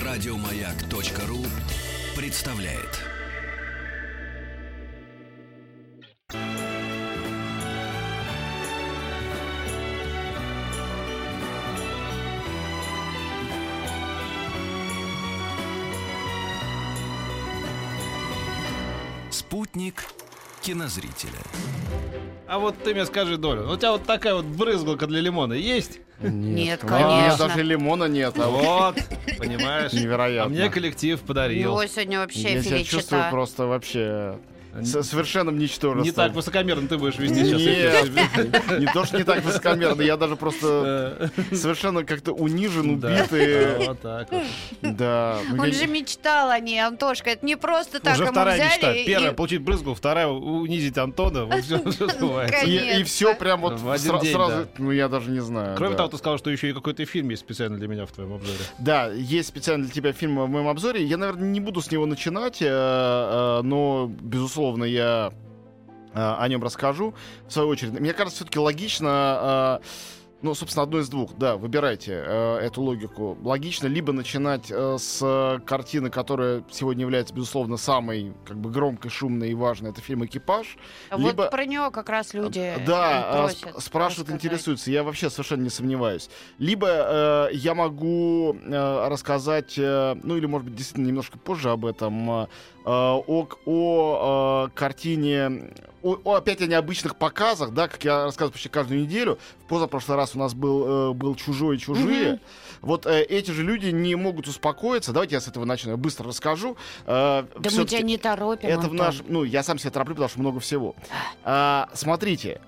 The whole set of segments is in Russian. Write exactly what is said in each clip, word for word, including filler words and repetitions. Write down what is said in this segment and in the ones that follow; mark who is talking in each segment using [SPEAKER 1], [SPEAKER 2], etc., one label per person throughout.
[SPEAKER 1] Радиомаяк.ру представляет. Спутник кинозрителя.
[SPEAKER 2] А вот ты мне скажи, Доля, у тебя вот такая вот брызгалка для лимона есть?
[SPEAKER 3] Нет,
[SPEAKER 4] Нет,
[SPEAKER 3] У меня
[SPEAKER 4] конечно.
[SPEAKER 3] даже лимона нет. А вот
[SPEAKER 2] Вот, понимаешь?
[SPEAKER 3] невероятно.
[SPEAKER 2] А мне коллектив подарил.
[SPEAKER 4] Его сегодня вообще
[SPEAKER 3] Я себя чувствую
[SPEAKER 4] филичета.
[SPEAKER 3] просто вообще с- совершенным ничтожеством.
[SPEAKER 2] Не так высокомерно ты будешь вести сейчас.
[SPEAKER 3] Нет, не то, что не так высокомерно, я даже просто совершенно как-то унижен, убит. и-
[SPEAKER 2] Вот так вот.
[SPEAKER 3] Да. ну,
[SPEAKER 4] Он
[SPEAKER 3] я-
[SPEAKER 4] же мечтал о ней, Антошка. Это не просто так
[SPEAKER 2] Уже
[SPEAKER 4] ему
[SPEAKER 2] вторая
[SPEAKER 4] взяли
[SPEAKER 2] мечта.
[SPEAKER 4] и-
[SPEAKER 2] Первая — получить брызгу, вторая — унизить Антона. Вот всё, что называется.
[SPEAKER 3] И,
[SPEAKER 4] Конечно.
[SPEAKER 3] и все прям вот
[SPEAKER 2] В один
[SPEAKER 3] сра-
[SPEAKER 2] день,
[SPEAKER 3] сразу,
[SPEAKER 2] да.
[SPEAKER 3] ну я даже не знаю.
[SPEAKER 2] Кроме
[SPEAKER 3] да.
[SPEAKER 2] того, ты сказал, что еще и какой-то фильм есть специально для меня в твоем обзоре.
[SPEAKER 3] Да, есть специально для тебя фильм в моем обзоре. Я, наверное, не буду с него начинать, э, э, но, безусловно, я э, о нем расскажу. В свою очередь, мне кажется, все-таки логично, э, ну, собственно, одно из двух, да, выбирайте э, эту логику. Логично либо начинать э, с картины, которая сегодня является, безусловно, самой как бы громкой, шумной и важной. Это фильм «Экипаж».
[SPEAKER 4] Вот
[SPEAKER 3] либо-
[SPEAKER 4] про него как раз люди
[SPEAKER 3] Да,
[SPEAKER 4] и
[SPEAKER 3] а,
[SPEAKER 4] просят
[SPEAKER 3] сп- спрашивают,
[SPEAKER 4] рассказать.
[SPEAKER 3] интересуются. Я вообще совершенно не сомневаюсь. Либо э, я могу э, рассказать, э, ну или, может быть, действительно немножко позже об этом, э, о, о э, картине, о, о, опять о необычных показах, да, как я рассказываю почти каждую неделю. В позапрошлый раз у нас был, э, был «Чужой» и «Чужие».
[SPEAKER 4] Мгм.
[SPEAKER 3] Вот э, эти же люди не могут успокоиться. Давайте я с этого начну, я быстро расскажу. Э,
[SPEAKER 4] Да мы
[SPEAKER 3] всё-таки-
[SPEAKER 4] тебя не торопим,
[SPEAKER 3] это в
[SPEAKER 4] Антон.
[SPEAKER 3] наш, ну, я сам себя тороплю, потому что много всего. А, смотрите,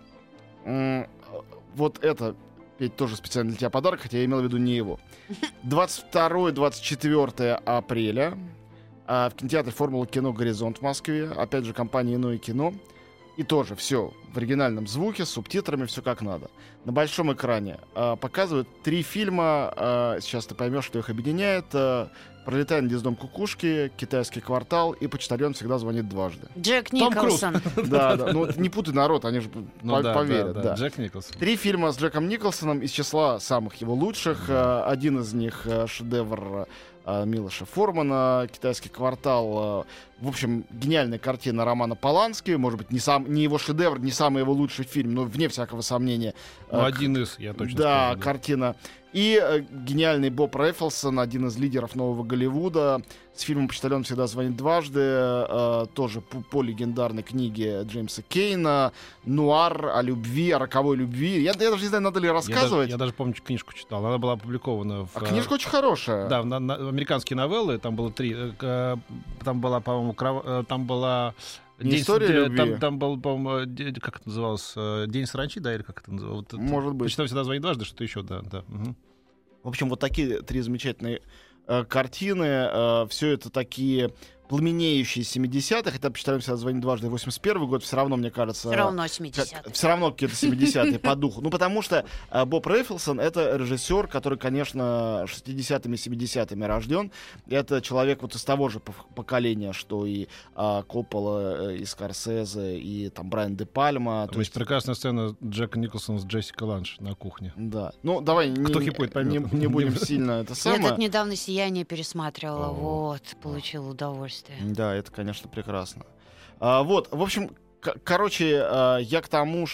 [SPEAKER 3] м, вот это, Петь, тоже специально для тебя подарок, хотя я имел в виду не его. двадцать второе — двадцать четвёртое апреля а, в кинотеатре «Формула кино Горизонт» в Москве, опять же, компания «Иное кино». И тоже все в оригинальном звуке, с субтитрами, все как надо. На большом экране а, показывают три фильма. а, сейчас ты поймешь, что их объединяет. а, «Пролетая над гнездом кукушки», «Китайский квартал» и «Почтальон всегда звонит дважды».
[SPEAKER 4] Джек
[SPEAKER 2] Том Круз.
[SPEAKER 4] Николсон.
[SPEAKER 3] Да, да. Ну, не путай народ, они же
[SPEAKER 2] Ну
[SPEAKER 3] по-
[SPEAKER 2] да,
[SPEAKER 3] поверят.
[SPEAKER 2] да,
[SPEAKER 3] да.
[SPEAKER 2] да. Джек Николсон.
[SPEAKER 3] Три фильма с Джеком Николсоном из числа самых его лучших. Э, Один из них э, шедевр э, Милоша Формана, «Китайский квартал». э, В общем, гениальная картина Романа Полански. Может быть, не, сам, не его шедевр, не самый его лучший фильм, но вне всякого сомнения.
[SPEAKER 2] Ну,
[SPEAKER 3] э,
[SPEAKER 2] один из, я точно
[SPEAKER 3] да,
[SPEAKER 2] скажу.
[SPEAKER 3] картина. И э, гениальный Боб Рэффлсон, один из лидеров нового Голливуда, с фильмом «Почтальон всегда звонит дважды», э, тоже по, по легендарной книге Джеймса Кейна, нуар о любви, о роковой любви. Я, я даже не знаю, надо ли
[SPEAKER 2] Я даже,
[SPEAKER 3] рассказывать.
[SPEAKER 2] я даже помню, книжку читал. Она была опубликована в...
[SPEAKER 3] А
[SPEAKER 2] э,
[SPEAKER 3] книжка очень хорошая.
[SPEAKER 2] Да, на- на- американские новеллы, там было три. э, э, Там была, по-моему, кров- э, там была...
[SPEAKER 3] Не история
[SPEAKER 2] э,
[SPEAKER 3] любви?
[SPEAKER 2] Там, там был, по-моему, де- как это называлось? э, День саранчи, да, или как это называлось? Вот это-
[SPEAKER 3] Может быть.
[SPEAKER 2] Почитал всегда звонит дважды, что-то еще, да. да. Мгм.
[SPEAKER 3] В общем, вот такие три замечательные э, картины. Все это такие пламенеющие семидесятых. Это «Почтальон всегда звонит дважды» восемьдесят первый год. Все равно, мне кажется...
[SPEAKER 4] Все равно семидесятые.
[SPEAKER 3] Все равно какие-то семидесятые по духу. Ну, потому что э, Боб Рэффлсон — это режиссер, который, конечно, шестидесятыми, семидесятыми рожден. Это человек вот из того же пов- поколения, что и э, Коппола, э, и Скорсезе, и там Брайан Де Пальма.
[SPEAKER 2] То есть прекрасная сцена Джека Николсона с Джессикой Ланж на кухне.
[SPEAKER 3] Да. Ну, давай не,
[SPEAKER 2] Кто
[SPEAKER 3] не-
[SPEAKER 2] хипует, поймет.
[SPEAKER 3] не, не будем сильно это
[SPEAKER 4] Я
[SPEAKER 3] самое.
[SPEAKER 4] тут недавно «Сияние» пересматривала.
[SPEAKER 2] О.
[SPEAKER 4] Вот, получила удовольствие.
[SPEAKER 3] Да, это, конечно, прекрасно. А, вот, в общем, к- короче, а, я к тому,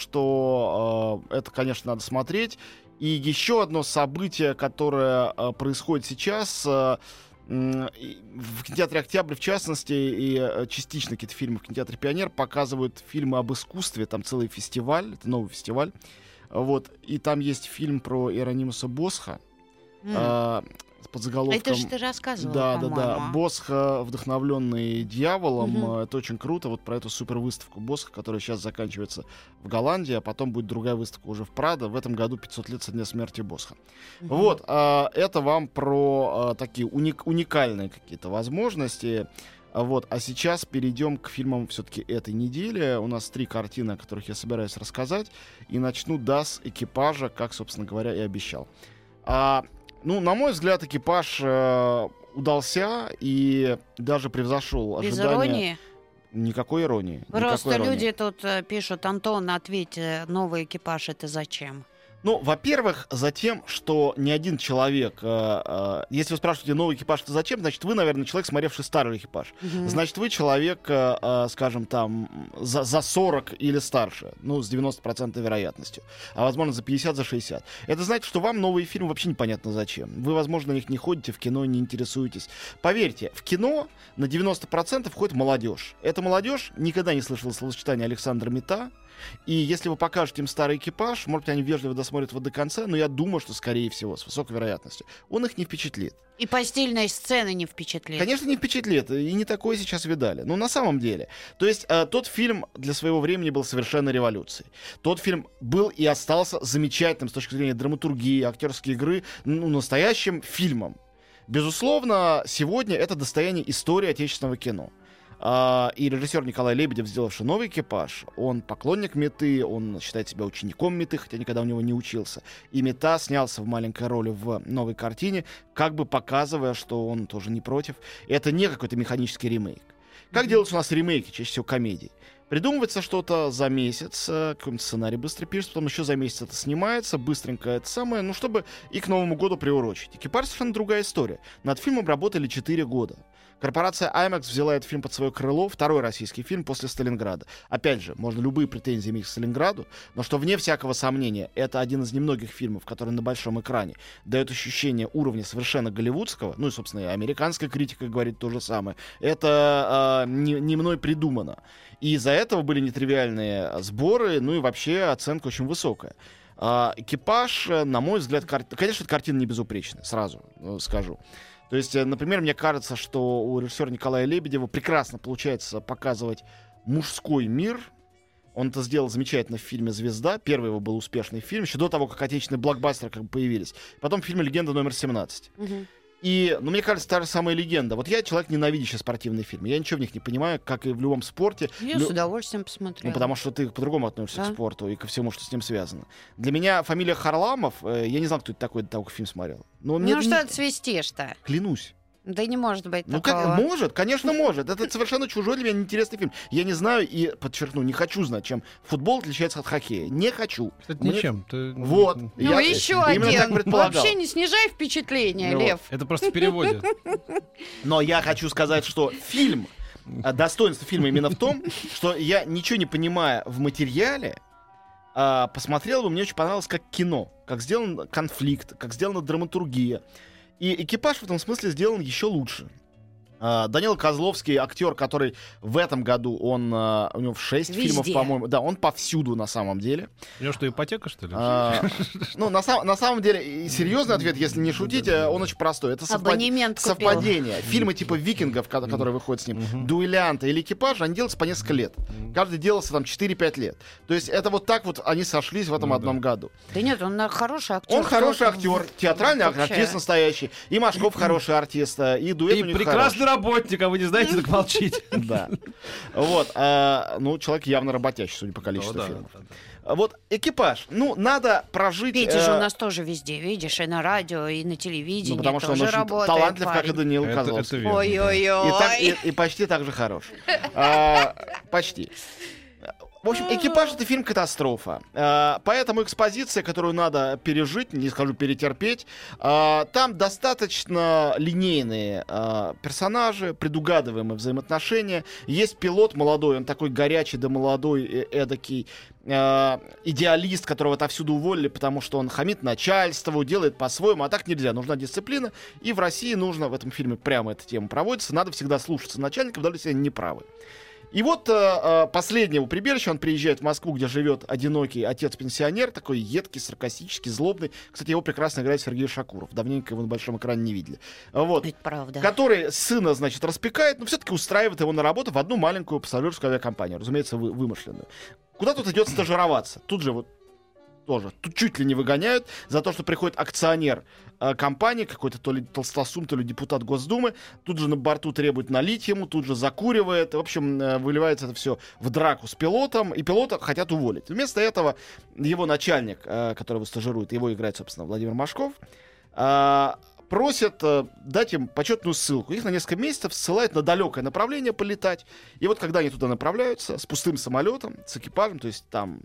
[SPEAKER 3] что а, это, конечно, надо смотреть. И еще одно событие, которое а, происходит сейчас а, м, и в кинотеатре «Октябрь», в частности, и а, частично какие-то фильмы в кинотеатре «Пионер» показывают фильмы об искусстве. Там целый фестиваль, это новый фестиваль. Вот, и там есть фильм про Иеронимуса Босха.
[SPEAKER 4] М.
[SPEAKER 3] а, с подзаголовком...
[SPEAKER 4] Это же ты рассказывал,
[SPEAKER 3] Да, да,
[SPEAKER 4] по-моему.
[SPEAKER 3] да. Босха, вдохновленный дьяволом.
[SPEAKER 4] Мгм.
[SPEAKER 3] Это очень круто. Вот про эту супер выставку Босха, которая сейчас заканчивается в Голландии, а потом будет другая выставка уже в Прадо. В этом году пятьсот лет со дня смерти Босха.
[SPEAKER 4] Мгм.
[SPEAKER 3] Вот, а, это вам про а, такие уник- уникальные какие-то возможности. А Вот, а сейчас перейдем к фильмам все-таки этой недели. У нас три картины, о которых я собираюсь рассказать. И начну да с «Экипажа», как, собственно говоря, и обещал. А, ну, на мой взгляд, «Экипаж» э, удался и даже превзошел
[SPEAKER 4] Без
[SPEAKER 3] ожидания.
[SPEAKER 4] иронии?
[SPEAKER 3] Никакой иронии.
[SPEAKER 4] Просто
[SPEAKER 3] никакой иронии.
[SPEAKER 4] люди тут э, пишут: Антон, ответь, э, новый «Экипаж» — это зачем?
[SPEAKER 3] Ну, во-первых, за тем, что ни один человек... Э, э, если вы спрашиваете новый экипаж, то зачем? Значит, вы, наверное, человек, смотревший старый экипаж.
[SPEAKER 4] Мгм.
[SPEAKER 3] Значит, вы человек, э, э, скажем, там, за, за сорок или старше. Ну, с девяносто процентов вероятностью. А, возможно, за пятьдесят, за шестьдесят. Это значит, что вам новые фильмы вообще непонятно зачем. Вы, возможно, на них не ходите, в кино не интересуетесь. Поверьте, в кино на девяносто процентов ходит молодежь. Эта молодежь никогда не слышала словосочетания Александра Мита. И если вы покажете им старый экипаж, может быть, они вежливо досмотрят его до конца, но я думаю, что, скорее всего, с высокой вероятностью, он их не впечатлит.
[SPEAKER 4] И постельные сцены не впечатлили.
[SPEAKER 3] Конечно, не впечатлит, и не такое сейчас видали. Но на самом деле, то есть э, тот фильм для своего времени был совершенно революцией. Тот фильм был и остался замечательным с точки зрения драматургии, актерской игры, ну, настоящим фильмом. Безусловно, сегодня это достояние истории отечественного кино. Uh, и режиссер Николай Лебедев, сделавший новый экипаж, он поклонник Миты, он считает себя учеником Миты, хотя никогда у него не учился. И Мита снялся в маленькой роли в новой картине, как бы показывая, что он тоже не против. Это не какой-то механический ремейк. Как mm-hmm. делаются у нас ремейки, чаще всего комедии? Придумывается что-то за месяц, какой-нибудь сценарий быстро пишется, потом еще за месяц это снимается, быстренько это самое, ну, чтобы и к Новому году приурочить. «Экипаж» — совершенно другая история. Над фильмом работали четыре года. Корпорация IMAX взяла этот фильм под свое крыло, второй российский фильм после «Сталинграда». Опять же, можно любые претензии иметь к «Сталинграду», но что, вне всякого сомнения, это один из немногих фильмов, который на большом экране дает ощущение уровня совершенно голливудского, ну и, собственно, и американская критика говорит то же самое. Это э, не, не мной придумано. И из-за этого были нетривиальные сборы, ну и вообще оценка очень высокая. Э, «Экипаж», на мой взгляд, кар... конечно, эта картина не безупречная, сразу э, скажу. То есть, например, мне кажется, что у режиссера Николая Лебедева прекрасно получается показывать мужской мир. Он это сделал замечательно в фильме «Звезда». Первый его был успешный фильм, еще до того, как отечественные блокбастеры как бы появились. Потом в фильме «Легенда номер семнадцать». Угу. И, ну, мне кажется, та же самая «Легенда». Вот я человек, ненавидящий спортивные фильмы. Я ничего в них не понимаю, как и в любом спорте.
[SPEAKER 4] Я
[SPEAKER 3] Лю...
[SPEAKER 4] с удовольствием посмотрела.
[SPEAKER 3] Ну, потому что ты по-другому относишься
[SPEAKER 4] да?
[SPEAKER 3] к спорту и ко всему, что с ним связано. Для меня фамилия Харламов, э, я не знал, кто это такой, до того, как фильм смотрел. Но
[SPEAKER 4] ну,
[SPEAKER 3] мне...
[SPEAKER 4] что ты свистишь-то?
[SPEAKER 3] Клянусь.
[SPEAKER 4] Да не может быть
[SPEAKER 3] Ну
[SPEAKER 4] такого.
[SPEAKER 3] как, может, конечно, может. Это совершенно чужой для меня неинтересный фильм. Я не знаю и, подчеркну, не хочу знать, чем футбол отличается от хоккея. Не хочу.
[SPEAKER 2] Кстати,
[SPEAKER 3] Мне...
[SPEAKER 2] ничем. Ты...
[SPEAKER 3] Вот.
[SPEAKER 4] Ну,
[SPEAKER 3] я
[SPEAKER 4] еще
[SPEAKER 3] именно так
[SPEAKER 4] один.
[SPEAKER 3] предполагал.
[SPEAKER 4] Вообще не снижай впечатление,
[SPEAKER 3] Ну,
[SPEAKER 4] Лев.
[SPEAKER 2] Это просто в переводе.
[SPEAKER 3] Но я хочу сказать, что фильм, достоинство фильма именно в том, что я, ничего не понимая в материале, посмотрел бы, мне очень понравилось как кино, как сделан конфликт, как сделана драматургия. И «Экипаж» в этом смысле сделан еще лучше. Uh, Данила Козловский, актер, который в этом году, он, uh, у него шесть
[SPEAKER 4] Везде.
[SPEAKER 3] фильмов, по-моему. Да, он повсюду на самом деле.
[SPEAKER 2] У него что, ипотека, что ли?
[SPEAKER 3] Uh, ну, на, сам, на самом деле, и серьезный ответ, если не шутить, он очень простой. Это совпад... совпадение. Фильмы типа «Викингов», которые выходят с ним, «Дуэлянта» или «Экипаж», они делаются по несколько лет. Каждый делался там четыре-пять лет. То есть это вот так вот они сошлись в этом
[SPEAKER 2] ну,
[SPEAKER 3] одном
[SPEAKER 2] да.
[SPEAKER 3] году.
[SPEAKER 4] Да нет, он хороший актер.
[SPEAKER 3] Он хороший актер, театральный
[SPEAKER 4] вообще.
[SPEAKER 3] артист настоящий. И Машков хороший артист, и дуэт
[SPEAKER 2] И
[SPEAKER 3] у них
[SPEAKER 2] прекрасный
[SPEAKER 3] хороший.
[SPEAKER 2] работник, а вы не знаете, так молчите.
[SPEAKER 3] Да. Вот. а, ну, человек явно работящий, судя по количеству
[SPEAKER 2] Ну, да,
[SPEAKER 3] фильмов.
[SPEAKER 2] да, да.
[SPEAKER 3] Вот «Экипаж». Ну, надо прожить...
[SPEAKER 4] Петя же
[SPEAKER 3] э,
[SPEAKER 4] у нас тоже везде, видишь, и на радио, и на телевидении
[SPEAKER 3] ну, потому что он
[SPEAKER 4] тоже
[SPEAKER 3] очень
[SPEAKER 4] работает,
[SPEAKER 3] талантлив, как и
[SPEAKER 4] парень.
[SPEAKER 3] Даниил
[SPEAKER 2] Это-
[SPEAKER 3] Козловский.
[SPEAKER 2] это верно.
[SPEAKER 3] И,
[SPEAKER 4] Ой-ой-ой.
[SPEAKER 3] так- и- и почти так же хорош. А, почти. В общем, «Экипаж» — это фильм-катастрофа. А, поэтому экспозиция, которую надо пережить, не скажу перетерпеть, а, там достаточно линейные а, персонажи, предугадываемые взаимоотношения. Есть пилот молодой, он такой горячий да молодой, э- эдакий а, идеалист, которого отовсюду уволили, потому что он хамит начальству, делает по-своему, а так нельзя, нужна дисциплина. И в России нужно, в этом фильме прямо эта тема проводится, надо всегда слушаться начальников, даже если они не правы. И вот э, последнее прибежище, он приезжает в Москву, где живет одинокий отец-пенсионер, такой едкий, саркастический, злобный. Кстати, его прекрасно играет Сергей Шакуров. Давненько его на большом экране не видели. Вот.
[SPEAKER 4] Это правда.
[SPEAKER 3] Который сына, значит, распекает, но все-таки устраивает его на работу в одну маленькую пассажирскую авиакомпанию, разумеется, вы, вымышленную. Куда тут идет стажироваться? Тут же вот тоже, тут чуть ли не выгоняют за то, что приходит акционер э, компании, какой-то то ли толстосум, то ли депутат Госдумы, тут же на борту требует налить ему, тут же закуривает, в общем, э, выливается это все в драку с пилотом, и пилота хотят уволить. Вместо этого его начальник, э, который его стажирует, его играет, собственно, Владимир Машков, э, просят э, дать им почетную ссылку. Их на несколько месяцев ссылают на далекое направление полетать. И вот когда они туда направляются с пустым самолетом, с экипажем, то есть там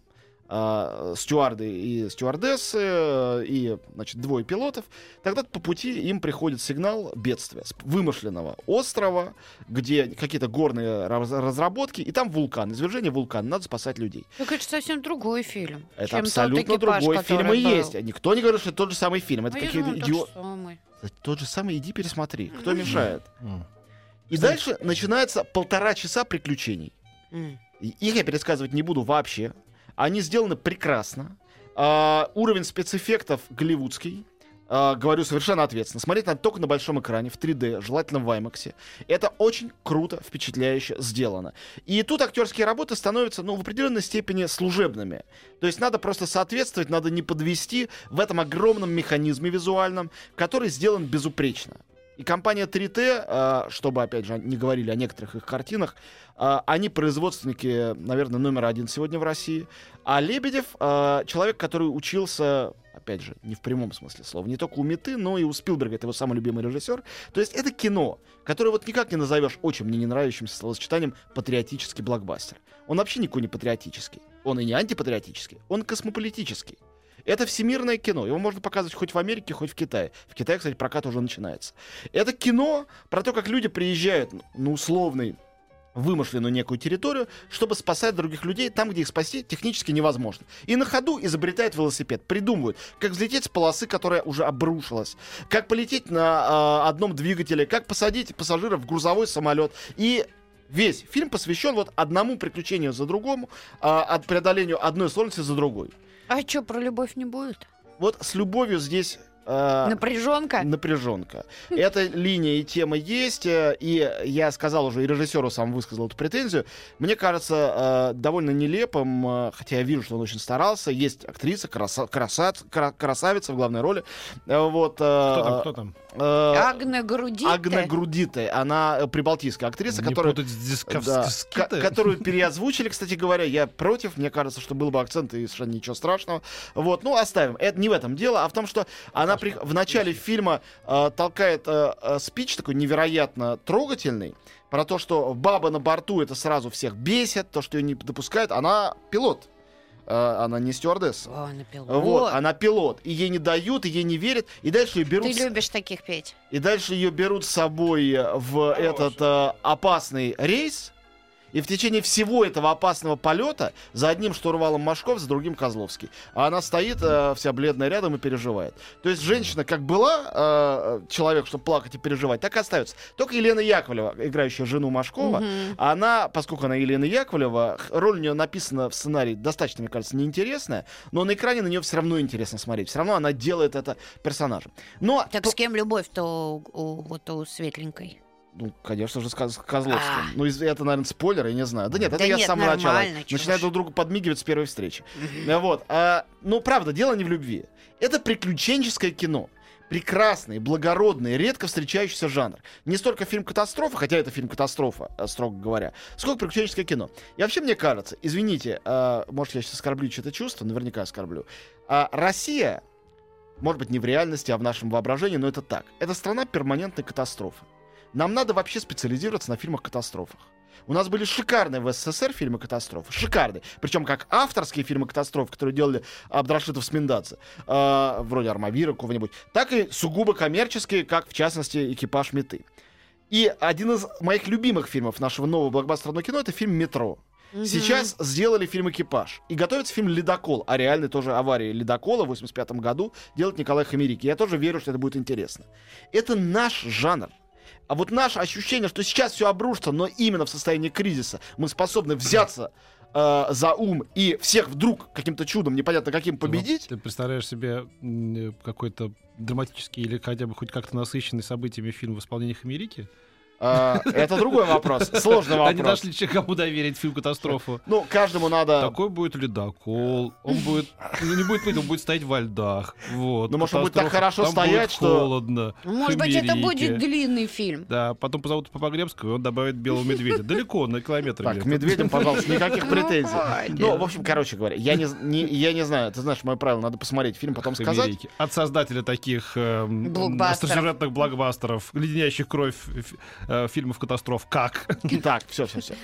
[SPEAKER 3] э, стюарды и стюардессы, э, и, значит, двое пилотов, тогда по пути им приходит сигнал бедствия с вымышленного острова, где какие-то горные раз- разработки, и там вулкан, извержение вулкана, надо спасать людей.
[SPEAKER 4] Так это совсем другой фильм.
[SPEAKER 3] Это
[SPEAKER 4] чем
[SPEAKER 3] абсолютно
[SPEAKER 4] тот экипаж,
[SPEAKER 3] другой фильм
[SPEAKER 4] который
[SPEAKER 3] и
[SPEAKER 4] был.
[SPEAKER 3] есть. Никто не говорит, что это тот же самый фильм. Это
[SPEAKER 4] А я
[SPEAKER 3] какие-то
[SPEAKER 4] думала,
[SPEAKER 3] идиоты.
[SPEAKER 4] тот же самый.
[SPEAKER 3] Тот же самый, иди пересмотри. Кто мешает?
[SPEAKER 2] М.
[SPEAKER 3] И дальше начинается полтора часа приключений.
[SPEAKER 4] М.
[SPEAKER 3] И Их я пересказывать не буду вообще. Они сделаны прекрасно. А, уровень спецэффектов голливудский. А, говорю совершенно ответственно. Смотреть надо только на большом экране, в три дэ, желательно в IMAX. Это очень круто, впечатляюще сделано. И тут актерские работы становятся, ну, в определенной степени служебными. То есть надо просто соответствовать, надо не подвести в этом огромном механизме визуальном, который сделан безупречно. И компания три тэ, э, чтобы, опять же, не говорили о некоторых их картинах, э, они производственники, наверное, номер один сегодня в России. А Лебедев э, человек, который учился, опять же, не в прямом смысле слова, не только у Миты, но и у Спилберга, это его самый любимый режиссер. То есть это кино, которое вот никак не назовешь очень мне не нравящимся словосочетанием патриотический блокбастер. Он вообще никакой не патриотический. Он и не антипатриотический, он космополитический. Это всемирное кино. Его можно показывать хоть в Америке, хоть в Китае. В Китае, кстати, прокат уже начинается. Это кино про то, как люди приезжают на условный, вымышленную некую территорию, чтобы спасать других людей там, где их спасти технически невозможно. И на ходу изобретают велосипед, придумывают, как взлететь с полосы, которая уже обрушилась, как полететь на э, одном двигателе, как посадить пассажиров в грузовой самолет. И весь фильм посвящен вот одному приключению за другому, э, от преодолению одной сложности за другой.
[SPEAKER 4] А что, про любовь не будет?
[SPEAKER 3] Вот с любовью здесь э,
[SPEAKER 4] Напряженка?
[SPEAKER 3] напряженка. Эта линия и тема есть, э, и я сказал уже, и режиссеру сам высказал эту претензию. Мне кажется, э, довольно нелепым, э, хотя я вижу, что он очень старался. Есть актриса, краса, красавица, кра- красавица в главной роли. Э, вот, э,
[SPEAKER 2] Кто там, кто там?
[SPEAKER 3] э,
[SPEAKER 4] Агне Грудите?
[SPEAKER 3] Агне Грудите, она э, прибалтийская актриса,
[SPEAKER 2] Не
[SPEAKER 3] которая...
[SPEAKER 2] путать с дисков-
[SPEAKER 3] Да,
[SPEAKER 2] с
[SPEAKER 3] ко-
[SPEAKER 2] китой?
[SPEAKER 3] которую переозвучили, кстати говоря, я против. Мне кажется, что был бы акцент и совершенно ничего страшного. Вот, ну оставим. Это не в этом дело, а в том, что она при- в начале фильма э, толкает э, э, спич такой невероятно трогательный про то, что баба на борту это сразу всех бесит, то, что ее не допускают. Она пилот. Э, она не стюардесса.
[SPEAKER 4] О, на пилот.
[SPEAKER 3] Вот, она пилот. И ей не дают, и ей не верят. И дальше ее берут...
[SPEAKER 4] Ты
[SPEAKER 3] с-
[SPEAKER 4] любишь таких, Петь?
[SPEAKER 3] и дальше ее берут с собой в этот э, опасный рейс. И в течение всего этого опасного полета за одним штурвалом Машков, за другим Козловский. А она стоит э, вся бледная рядом и переживает. То есть женщина как была э, человек, чтобы плакать и переживать, так и остается. Только Елена Яковлева, играющая жену Машкова,
[SPEAKER 4] Мгм.
[SPEAKER 3] она, поскольку она Елена Яковлева, х- роль у нее написана в сценарии достаточно, мне кажется, неинтересная, но на экране на нее все равно интересно смотреть. Все равно она делает это персонажем. Но
[SPEAKER 4] Так
[SPEAKER 3] п-
[SPEAKER 4] с кем любовь-то у, у- вот у светленькой?
[SPEAKER 3] Ну, конечно же, с Коз- Козловским.
[SPEAKER 4] А.
[SPEAKER 3] Ну, из- это, наверное, спойлер, я не знаю. Да нет, это
[SPEAKER 4] Да
[SPEAKER 3] я с
[SPEAKER 4] нет,
[SPEAKER 3] самого начала.
[SPEAKER 4] нормально, чё
[SPEAKER 3] Начинают
[SPEAKER 4] уж.
[SPEAKER 3] друг другу подмигивать с первой встречи. А, Вот. А, ну, правда, дело не в любви. Это приключенческое кино. Прекрасный, благородный, редко встречающийся жанр. Не столько фильм-катастрофа, хотя это фильм-катастрофа, э, строго говоря, сколько приключенческое кино. И вообще, мне кажется, извините, э, может, я сейчас оскорблю чье-то чувство, наверняка оскорблю. А Россия, может быть, не в реальности, а в нашем воображении, но это так. Это страна перманентной катастрофы. Нам надо вообще специализироваться на фильмах-катастрофах. У нас были шикарные в СССР фильмы катастрофы. Шикарные. Причем как авторские фильмы катастроф, которые делали Абдрашитов с Миндадзе, э, вроде Армавира какого-нибудь, так и сугубо коммерческие, как в частности «Экипаж Миты». И один из моих любимых фильмов нашего нового блокбастерного кино — это фильм «Метро».
[SPEAKER 4] Мгм.
[SPEAKER 3] Сейчас сделали фильм «Экипаж». И готовится фильм «Ледокол». О реальной тоже аварии ледокола в восемьдесят пятом году делает Николай Хамерики. Я тоже верю, что это будет интересно. Это наш жанр. А вот наше ощущение, что сейчас все обрушится, но именно в состоянии кризиса мы способны взяться э, за ум и всех вдруг каким-то чудом, непонятно каким, победить.
[SPEAKER 2] Ты представляешь себе м, какой-то драматический или хотя бы хоть как-то насыщенный событиями фильм в исполнении Хамерики?
[SPEAKER 3] Э, это другой вопрос, сложный
[SPEAKER 2] Они
[SPEAKER 3] вопрос.
[SPEAKER 2] нашли че- кому доверить фильм-катастрофу.
[SPEAKER 3] Ну, каждому надо...
[SPEAKER 2] Такой будет ледокол. Он будет... ну, не будет плыть, он будет стоять во льдах. Вот.
[SPEAKER 3] Ну, может, он будет так
[SPEAKER 2] Катастрофа.
[SPEAKER 3] хорошо
[SPEAKER 2] Там
[SPEAKER 3] стоять,
[SPEAKER 2] будет
[SPEAKER 3] что-
[SPEAKER 2] холодно.
[SPEAKER 4] Ну, может быть, это
[SPEAKER 2] Хамерики.
[SPEAKER 4] будет длинный фильм.
[SPEAKER 2] Да, потом позовут по Погребского, и он добавит белого медведя. Далеко, на километр.
[SPEAKER 3] Так,
[SPEAKER 2] где-то.
[SPEAKER 3] к медведям, пожалуйста, никаких претензий.
[SPEAKER 4] молодец.
[SPEAKER 3] Ну, в общем, короче говоря, я не, не- я не знаю, ты знаешь мое правило, надо посмотреть фильм, потом сказать.
[SPEAKER 2] Хамерики. От создателя таких э, м,
[SPEAKER 4] Блокбастеров.
[SPEAKER 2] остросюжетных блокбастеров, леденящих кровь ф- э, фильмов катастроф. Как?
[SPEAKER 3] Так, все, все, все.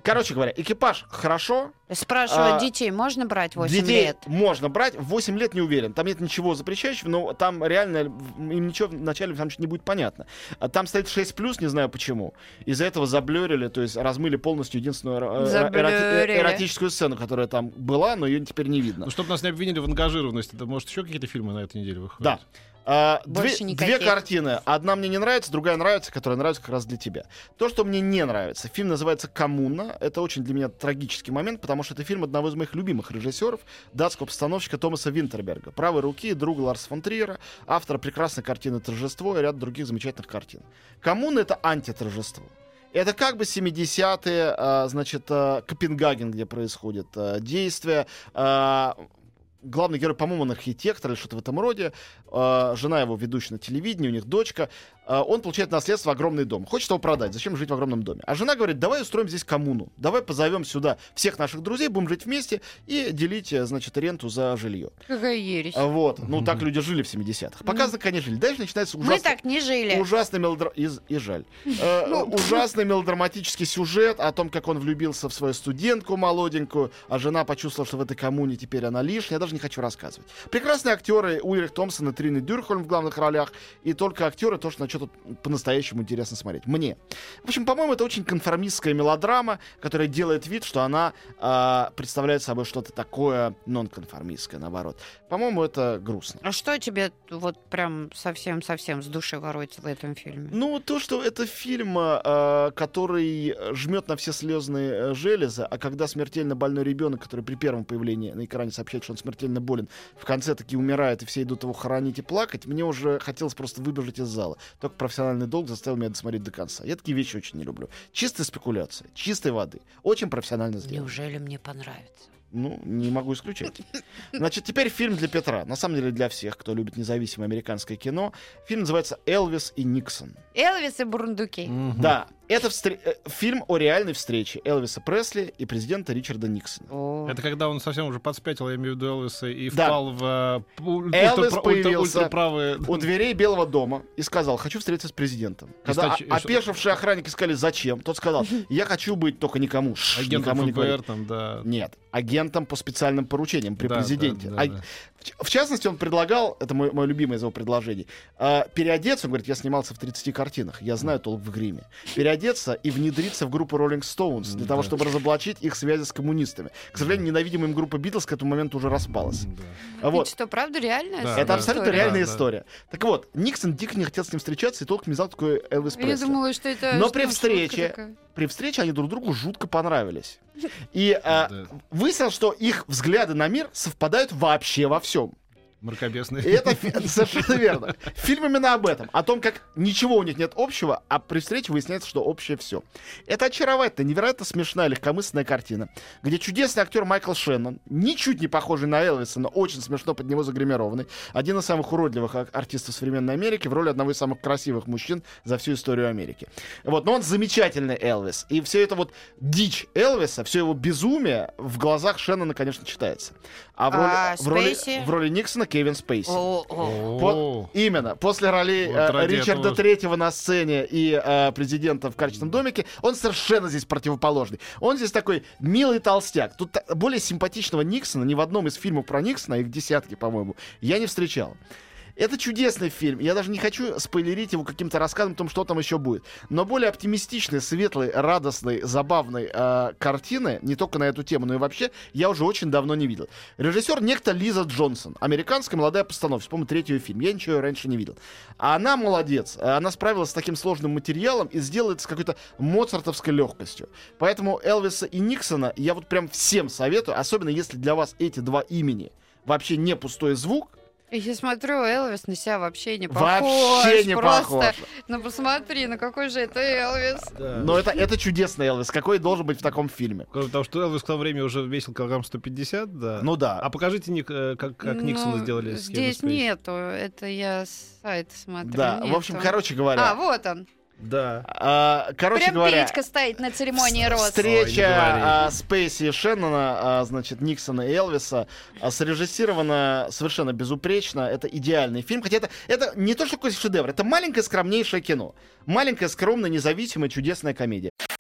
[SPEAKER 3] Короче говоря, экипаж хорошо.
[SPEAKER 4] Спрашивают,
[SPEAKER 3] А,
[SPEAKER 4] детей можно брать восемь
[SPEAKER 3] Детей
[SPEAKER 4] лет?
[SPEAKER 3] можно брать. В восемь лет не уверен. Там нет ничего запрещающего, но там реально им ничего вначале там не будет понятно. А там стоит шесть плюс, не знаю почему. Из-за этого заблюрили, то есть размыли полностью единственную эро-
[SPEAKER 4] Заблюрили.
[SPEAKER 3] эроти- эротическую сцену, которая там была, но ее теперь не видно.
[SPEAKER 2] Ну, чтобы нас не обвинили в ангажированности, это, может, еще какие-то фильмы на этой неделе выходят?
[SPEAKER 3] Да. А, две,
[SPEAKER 4] Больше
[SPEAKER 3] две
[SPEAKER 4] никаких.
[SPEAKER 3] картины. Одна мне не нравится, другая нравится, которая нравится как раз для тебя. То, что мне не нравится. Фильм называется «Коммуна». Это очень для меня трагический момент, потому что это фильм одного из моих любимых режиссеров, датского постановщика Томаса Винтерберга. Правой руки друга Ларса фон Триера, автора прекрасной картины «Торжество» и ряд других замечательных картин. «Коммуна» — это антиторжество. Это как бы семидесятые, а, значит, а, Копенгаген, где происходит а, действие. А, главный герой, по-моему, он архитектор или что-то в этом роде. А, жена его ведущая на телевидении, у них дочка. А, он получает наследство, огромный дом. Хочет его продать. Зачем жить в огромном доме? А жена говорит, давай устроим здесь коммуну. Давай позовем сюда всех наших друзей, будем жить вместе и делить, значит, ренту за жилье.
[SPEAKER 4] Какая ересь.
[SPEAKER 3] А, вот. Ну, так люди жили в семидесятых. Показано, как они жили. Дальше начинается ужасный...
[SPEAKER 4] Мы так не жили.
[SPEAKER 3] Ужасный мелодра... и, и жаль. Э, ужасный мелодраматический сюжет о том, как он влюбился в свою студентку молоденькую, а жена почувствовала, что в этой коммуне теперь она лишняя. Я даже не хочу рассказывать. Прекрасные актеры Ульрих Томпсон и Трина Дюрхольм в главных ролях. И только актеры, то, что на что-то по-настоящему интересно смотреть. Мне. В общем, по-моему, это очень конформистская мелодрама, которая делает вид, что она э, представляет собой что-то такое нонконформистское, наоборот. По-моему, это грустно.
[SPEAKER 4] А что тебе вот прям совсем-совсем с души воротит в этом фильме?
[SPEAKER 3] Ну, то, что это фильм, э, который жмет на все слезные э, железы, а когда смертельно больной ребенок, который при первом появлении на экране сообщает, что он смертельно болен, в конце таки умирает, и все идут его хоронить и плакать, мне уже хотелось просто выбежать из зала. Только профессиональный долг заставил меня досмотреть до конца. Я такие вещи очень не люблю. Чистая спекуляция, чистой воды. Очень профессионально сделано.
[SPEAKER 4] Неужели мне понравится?
[SPEAKER 3] Ну, не могу исключать. Значит, теперь фильм для Петра. На самом деле для всех, кто любит независимое американское кино. Фильм называется «Элвис и Никсон».
[SPEAKER 4] Элвис и бурундуки.
[SPEAKER 2] Мгм.
[SPEAKER 3] Да, это встр- э, фильм о реальной встрече Элвиса Пресли и президента Ричарда Никсона.
[SPEAKER 4] О.
[SPEAKER 2] Это когда он совсем уже подспятил, я имею в виду Элвиса, и
[SPEAKER 3] Да.
[SPEAKER 2] впал в э, ультра-
[SPEAKER 3] Элвис
[SPEAKER 2] ультра-
[SPEAKER 3] появился
[SPEAKER 2] ультраправые...
[SPEAKER 3] У дверей Белого дома и сказал, хочу встретиться с президентом. Когда
[SPEAKER 2] Кстати,
[SPEAKER 3] о-
[SPEAKER 2] что-
[SPEAKER 3] опешившие охранники сказали, зачем, тот сказал, я хочу быть только никому. Шш,
[SPEAKER 2] Агентом
[SPEAKER 3] никому не
[SPEAKER 2] ФБР
[SPEAKER 3] говори.
[SPEAKER 2] там, да.
[SPEAKER 3] Нет, агентом по специальным поручениям при
[SPEAKER 2] Да,
[SPEAKER 3] президенте.
[SPEAKER 2] да, да,
[SPEAKER 3] А-
[SPEAKER 2] да.
[SPEAKER 3] В, в частности, он предлагал, это мой, мой любимый из его предложений, э, переодеться, он говорит, я снимался в тридцати картинах, я знаю толк в гриме, переодеться и внедриться в группу Rolling Stones для того,
[SPEAKER 2] Да.
[SPEAKER 3] чтобы разоблачить их связи с коммунистами. К сожалению, ненавидимая им группа Битлз к этому моменту уже распалась.
[SPEAKER 2] Да.
[SPEAKER 3] А вот.
[SPEAKER 4] Это что, правда реальная
[SPEAKER 2] Да,
[SPEAKER 3] Это
[SPEAKER 2] да.
[SPEAKER 3] абсолютно
[SPEAKER 4] история?
[SPEAKER 3] реальная
[SPEAKER 2] Да, да.
[SPEAKER 3] история. Так вот, Никсон дико не хотел с ним встречаться, и толком не знал, такой Элвис
[SPEAKER 4] Я
[SPEAKER 3] Пресли.
[SPEAKER 4] думала, что это...
[SPEAKER 3] Но
[SPEAKER 4] что,
[SPEAKER 3] при
[SPEAKER 4] шутка
[SPEAKER 3] встрече-
[SPEAKER 4] такая.
[SPEAKER 3] При встрече они друг другу жутко понравились. И а,
[SPEAKER 2] Да.
[SPEAKER 3] выяснилось, что их взгляды на мир совпадают вообще во всем.
[SPEAKER 2] Мракобесный.
[SPEAKER 3] И это фи- совершенно верно. Фильм именно об этом. О том, как ничего у них нет общего, а при встрече выясняется, что общее все. Это очаровательная, невероятно смешная, легкомысленная картина, где чудесный актер Майкл Шеннон, ничуть не похожий на Элвиса, но очень смешно под него загримированный, один из самых уродливых ар- артистов современной Америки в роли одного из самых красивых мужчин за всю историю Америки. Вот, но он замечательный Элвис. И все это вот дичь Элвиса, все его безумие в глазах Шеннона, конечно, читается. А в роли,
[SPEAKER 4] А
[SPEAKER 3] в роли,
[SPEAKER 4] Спейси?
[SPEAKER 3] в роли Никсона Кевин Спейси.
[SPEAKER 4] О, о.
[SPEAKER 3] Вот именно. После ролей
[SPEAKER 2] Вот
[SPEAKER 3] э,
[SPEAKER 2] ради
[SPEAKER 3] Ричарда
[SPEAKER 2] этого-
[SPEAKER 3] Третьего на сцене и э, президента в «Карточном домике», он совершенно здесь противоположный. Он здесь такой милый толстяк. Тут та- более симпатичного Никсона ни в одном из фильмов про Никсона, их десятки, по-моему, я не встречал. Это чудесный фильм. Я даже не хочу спойлерить его каким-то рассказом о том, что там еще будет. Но более оптимистичной, светлой, радостной, забавной э, картины, не только на эту тему, но и вообще, я уже очень давно не видел. Режиссер некто Лиза Джонсон. Американская молодая постановщица. По-моему, третий ее фильм. Я ничего раньше не видел. А она молодец. Она справилась с таким сложным материалом и сделает с какой-то моцартовской легкостью. Поэтому Элвиса и Никсона я вот прям всем советую, особенно если для вас эти два имени вообще не пустой звук.
[SPEAKER 4] Я смотрю, Элвис на себя вообще не похож.
[SPEAKER 3] Вообще не
[SPEAKER 4] просто.
[SPEAKER 3] похож.
[SPEAKER 4] Ну посмотри, ну какой же это Элвис.
[SPEAKER 2] Да.
[SPEAKER 3] Но это, это чудесный Элвис. Какой должен быть в таком фильме?
[SPEAKER 2] Кроме того, что Элвис в то время уже весил килограмм сто пятьдесят, да.
[SPEAKER 3] Ну да.
[SPEAKER 2] А покажите, Ник, э, как, как Никсона
[SPEAKER 4] Ну,
[SPEAKER 2] сделали с Кевином
[SPEAKER 4] Здесь
[SPEAKER 2] Спейси.
[SPEAKER 4] нету, это я с сайта смотрю.
[SPEAKER 3] Да, в
[SPEAKER 4] нету.
[SPEAKER 3] общем, короче говоря.
[SPEAKER 4] А, вот он.
[SPEAKER 2] Да.
[SPEAKER 3] а, короче
[SPEAKER 4] Прям
[SPEAKER 3] говоря,
[SPEAKER 4] Петька стоит на церемонии роз.
[SPEAKER 2] Ой, не
[SPEAKER 3] встреча
[SPEAKER 2] говори.
[SPEAKER 3] а, Спейси и Шеннона, а, значит, Никсона и Элвиса, а, срежиссирована совершенно безупречно. Это идеальный фильм. Хотя это, это не то, что какой-то шедевр. Это маленькое скромнейшее кино. Маленькая, скромная, независимая, чудесная комедия.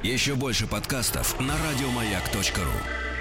[SPEAKER 1] Еще больше подкастов на радиомаяк точка ру.